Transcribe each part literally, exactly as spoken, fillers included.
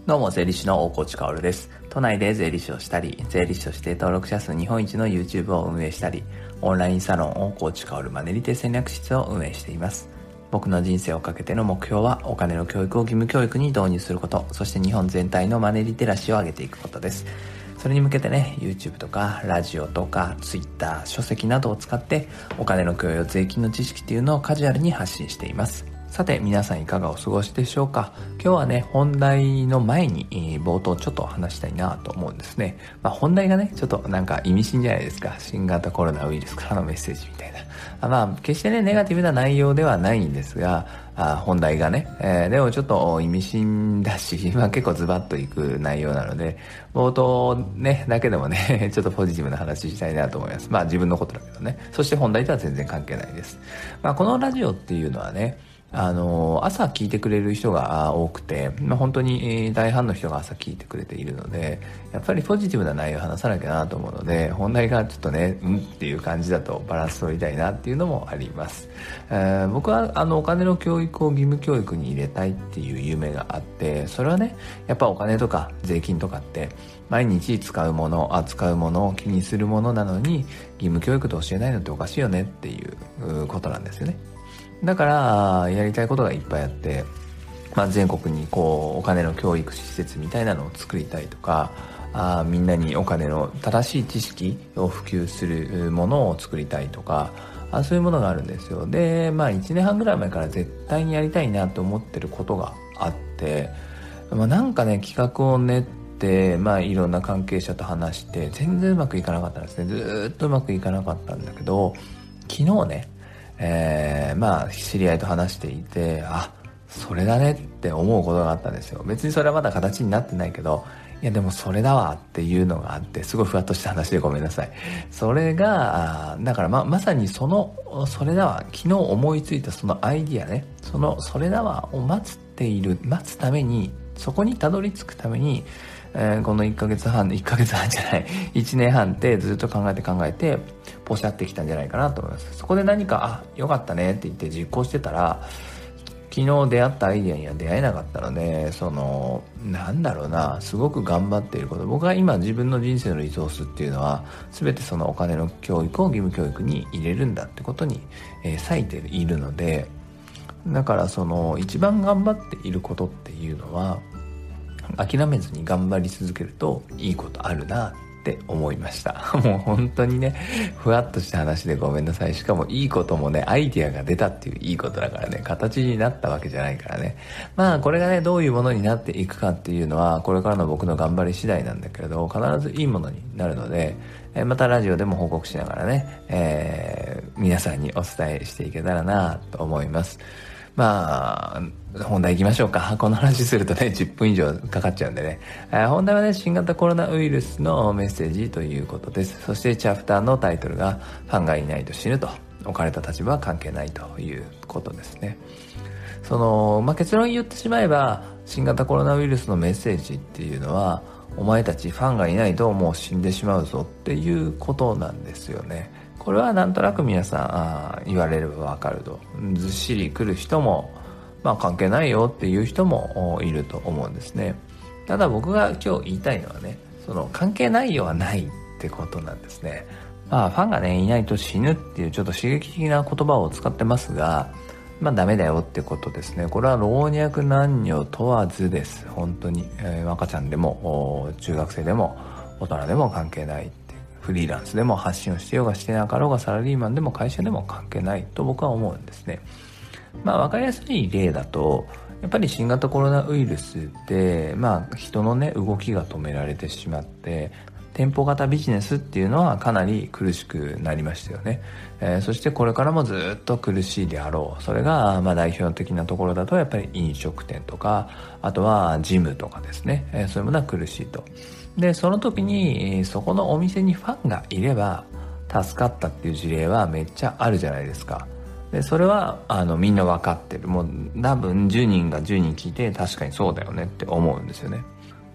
どうも、税理士の大河内薫です。都内で税理士をしたり、税理士として登録者数日本一の YouTube を運営したり、オンラインサロン大河内薫マネリテ戦略室を運営しています。僕の人生をかけての目標は、お金の教育を義務教育に導入すること、そして日本全体のマネリテラシーを上げていくことです。それに向けてね、YouTube とかラジオとか Twitter、書籍などを使って、お金の教養、税金の知識っていうのをカジュアルに発信しています。さて皆さんいかがお過ごしでしょうか。今日はね、本題の前に、えー、冒頭ちょっと話したいなと思うんですね。まあ本題がね、ちょっとなんか意味深じゃないですか。新型コロナウイルスからのメッセージみたいな。あまあ決してね、ネガティブな内容ではないんですが、あ本題がね、えー、でもちょっと意味深だし、まあ結構ズバッといく内容なので、冒頭ね、だけでもね、ちょっとポジティブな話したいなと思います。まあ自分のことだけどね。そして本題とは全然関係ないです。まあこのラジオっていうのはね、あの朝聞いてくれる人が多くて、まあ、本当に大半の人が朝聞いてくれているので、やっぱりポジティブな内容を話さなきゃなと思うので、本題がちょっとねうんっていう感じだとバランス取りたいなっていうのもあります。えー、僕はあのお金の教育を義務教育に入れたいっていう夢があって、それはねやっぱお金とか税金とかって毎日使うもの、扱うものを気にするものなのに、義務教育と教えないのっておかしいよねっていうことなんですよね。だからやりたいことがいっぱいあって、まあ、全国にこうお金の教育施設みたいなのを作りたいとか、あみんなにお金の正しい知識を普及するものを作りたいとか、あそういうものがあるんですよ。で、まあいちねんはんぐらい前から絶対にやりたいなと思ってることがあって、まあ、なんかね企画を練って、まあいろんな関係者と話して全然うまくいかなかったんですね。ずーっとうまくいかなかったんだけど、昨日ねえー、まあ知り合いと話していて、あそれだねって思うことがあったんですよ。別にそれはまだ形になってないけど、いやでもそれだわっていうのがあって、すごいふわっとした話でごめんなさい。それがだから ま, まさにそのそれだわ、昨日思いついたそのアイディアね、そのそれだわを待っている待つために、そこにたどり着くために、えー、このいっかげつはんいっかげつはんじゃないいちねんはんってずっと考えて考えてポシャってきたんじゃないかなと思います。そこで何かあ良かったねって言って実行してたら、昨日出会ったアイデアには出会えなかったので、そのなんだろうな、すごく頑張っていること、僕は今自分の人生のリソースっていうのは全てそのお金の教育を義務教育に入れるんだってことに、えー、割いているので、だからその一番頑張っていることっていうのは諦めずに頑張り続けるといいことあるなって思いました。もう本当にねふわっとした話でごめんなさい。しかもいいこともね、アイディアが出たっていういいことだからね、形になったわけじゃないからね。まあこれがねどういうものになっていくかっていうのはこれからの僕の頑張り次第なんだけれど、必ずいいものになるので、えまたラジオでも報告しながらね、えー、皆さんにお伝えしていけたらなと思います。まあ本題行きましょうか。この話するとねじゅっぷん以上かかっちゃうんでね、えー、本題はね新型コロナウイルスのメッセージということです。そしてチャプターのタイトルがファンがいないと死ぬと、置かれた立場は関係ないということですね。その、まあ、結論言ってしまえば、新型コロナウイルスのメッセージっていうのは、お前たちファンがいないともう死んでしまうぞっていうことなんですよね。これはなんとなく皆さんあ言われればわかると、ずっしり来る人も、まあ関係ないよっていう人もいると思うんですね。ただ僕が今日言いたいのはね、その関係ないよはないってことなんですね。まあファンがねいないと死ぬっていうちょっと刺激的な言葉を使ってますが、まあダメだよってことですね。これは老若男女問わずです。本当に、えー、赤ちゃんでも中学生でも大人でも関係ない。フリーランスでも発信をしてようがしてなかろうが、サラリーマンでも会社でも関係ないと僕は思うんですね。まあ分かりやすい例だと、やっぱり新型コロナウイルスってまあ人のね動きが止められてしまって、店舗型ビジネスっていうのはかなり苦しくなりましたよね。えー、そしてこれからもずっと苦しいであろう。それがまあ代表的なところだとやっぱり飲食店とか、あとはジムとかですね、えー、そういうものは苦しいと。でその時にそこのお店にファンがいれば助かったっていう事例はめっちゃあるじゃないですか。でそれはあのみんな分かってる。もう多分じゅうにんがじゅうにん聞いて確かにそうだよねって思うんですよね。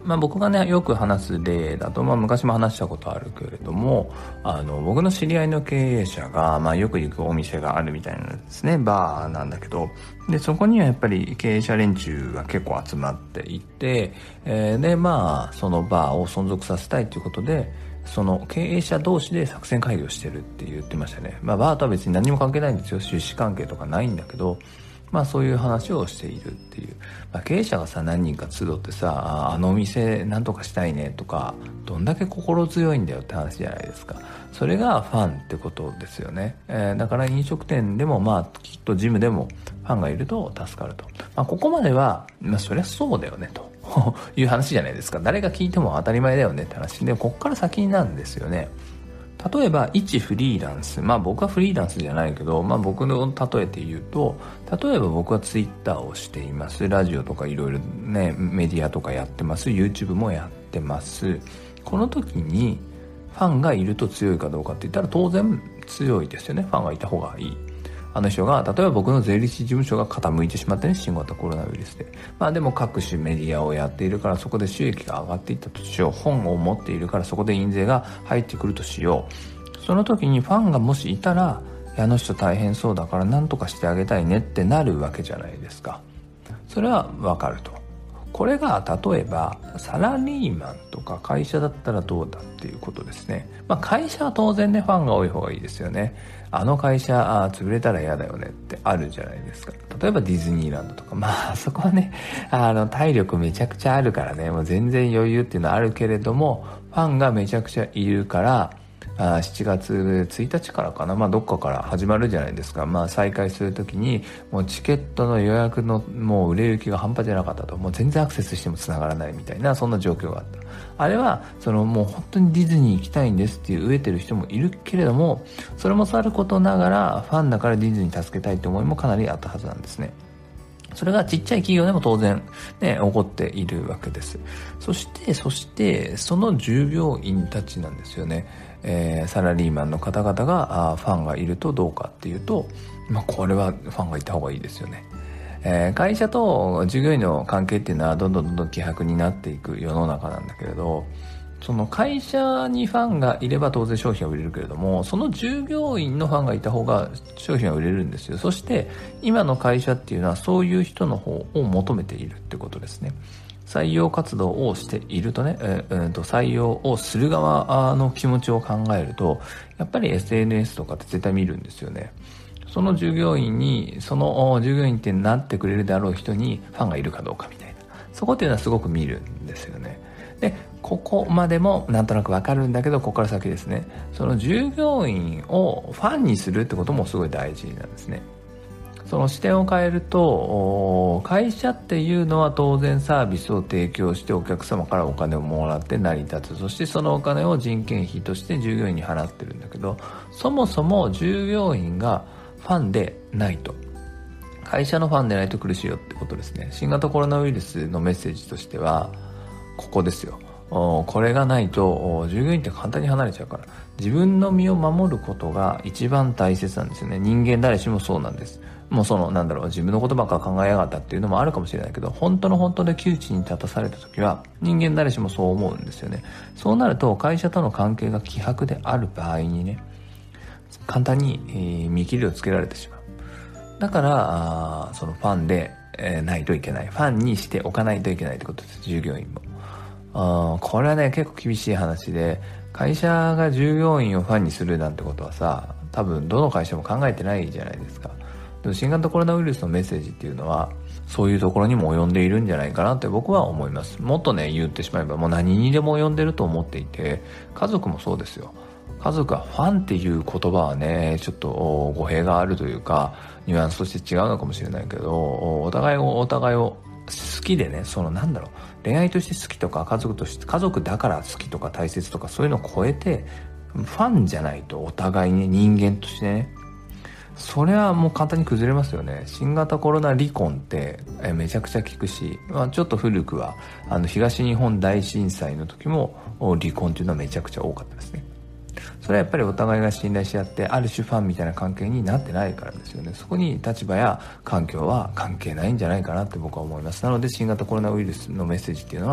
まあ、僕がねよく話す例だと、まあ、昔も話したことあるけれども、あの僕の知り合いの経営者が、まあ、よく行くお店があるみたいなんですね。バーなんだけど、でそこにはやっぱり経営者連中が結構集まっていて、えー、でまあそのバーを存続させたいということで、その経営者同士で作戦会議をしてるって言ってましたね。まあ、バーとは別に何も関係ないんですよ。出資関係とかないんだけど、まあそういう話をしているっていう、まあ、経営者がさ何人か集ってさ、あのお店なんとかしたいねとか、どんだけ心強いんだよって話じゃないですか。それがファンってことですよね。えー、だから飲食店でもまあきっとジムでもファンがいると助かると。まあここまでは、まあそりゃそうだよねという話じゃないですか。誰が聞いても当たり前だよねって話で、こっから先なんですよね。例えば一フリーランス、まあ僕はフリーランスじゃないけど、まあ僕の例えて言うと、例えば僕はツイッターをしています、ラジオとかいろいろねメディアとかやってます、 YouTube もやってます。この時にファンがいると強いかどうかって言ったら当然強いですよね。ファンがいた方がいい。あの人が、例えば僕の税理士事務所が傾いてしまってね、新型コロナウイルスで。まあでも各種メディアをやっているから、そこで収益が上がっていったとしよう。本を持っているから、そこで印税が入ってくるとしよう。その時にファンがもしいたら、あの人大変そうだから何とかしてあげたいねってなるわけじゃないですか。それはわかると。これが例えばサラリーマンとか会社だったらどうだっていうことですね。まあ会社は当然ね、ファンが多い方がいいですよね。あの会社あ潰れたら嫌だよねってあるじゃないですか。例えばディズニーランドとか、まあそこはね、あの体力めちゃくちゃあるからね、もう全然余裕っていうのはあるけれども、ファンがめちゃくちゃいるから、あしちがつついたちからかな、まあどっかから始まるじゃないですか。まあ再開するときにもうチケットの予約のもう売れ行きが半端じゃなかったと、もう全然アクセスしても繋がらないみたいな、そんな状況があった。あれはそのもう本当にディズニー行きたいんですっていう飢えてる人もいるけれども、それもさることながらファンだからディズニー助けたいって思いもかなりあったはずなんですね。それがちっちゃい企業でも当然ね、起こっているわけです。そして、そして、その従業員たちなんですよね。えー、サラリーマンの方々が、あファンがいるとどうかっていうと、まあこれはファンがいた方がいいですよね。えー、会社と従業員の関係っていうのはどんどんどんどん希薄になっていく世の中なんだけれど、その会社にファンがいれば当然商品は売れるけれども、その従業員のファンがいた方が商品は売れるんですよ。そして今の会社っていうのはそういう人の方を求めているってことですね。採用活動をしているとね、えー、うんと採用をする側の気持ちを考えると、やっぱり エスエヌエス とかって絶対見るんですよね。その従業員に、その従業員ってなってくれるであろう人にファンがいるかどうかみたいな。そこっていうのはすごく見るんですよね。で、ここまでもなんとなくわかるんだけど、ここから先ですね。その従業員をファンにするってこともすごい大事なんですね。その視点を変えると、会社っていうのは当然サービスを提供してお客様からお金をもらって成り立つ。そしてそのお金を人件費として従業員に払ってるんだけど、そもそも従業員がファンでないと。会社のファンでないと苦しいよってことですね。新型コロナウイルスのメッセージとしては、ここですよ。これがないと従業員って簡単に離れちゃうから、自分の身を守ることが一番大切なんですよね。人間誰しもそうなんです。もうそのなんだろう、自分のことばっか考えやがったっていうのもあるかもしれないけど、本当の本当で窮地に立たされた時は人間誰しもそう思うんですよね。そうなると会社との関係が希薄である場合にね、簡単に、えー、見切りをつけられてしまう。だからあそのファンで、えー、ないといけない、ファンにしておかないといけないってことです。従業員もあこれはね結構厳しい話で、会社が従業員をファンにするなんてことはさ、多分どの会社も考えてないじゃないですか。でも新型コロナウイルスのメッセージっていうのはそういうところにも及んでいるんじゃないかなって僕は思います。もっとね言ってしまえばもう何にでも及んでると思っていて、家族もそうですよ。家族はファンっていう言葉はねちょっと語弊があるというかニュアンスとして違うのかもしれないけど、お互いをお互いを好きでね、そのなんだろう、恋愛として好きとか家族として家族だから好きとか大切とかそういうのを超えてファンじゃないとお互いに、ね、人間としてね、それはもう簡単に崩れますよね。新型コロナ離婚ってえめちゃくちゃ聞くし、まあ、ちょっと古くはあの東日本大震災の時も離婚っていうのはめちゃくちゃ多かったですね。それはやっぱりお互いが信頼し合ってある種ファンみたいな関係になってないからですよね。そこに立場や環境は関係ないんじゃないかなって僕は思います。なので新型コロナウイルスのメッセージっていうのは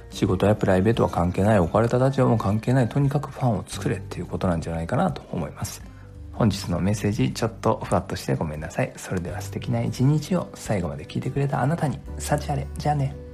仕事やプライベートは関係ない、置かれた立場も関係ない、とにかくファンを作れっていうことなんじゃないかなと思います。本日のメッセージちょっとふわっとしてごめんなさい。それでは素敵な一日を最後まで聞いてくれたあなたに幸あれ。じゃあね。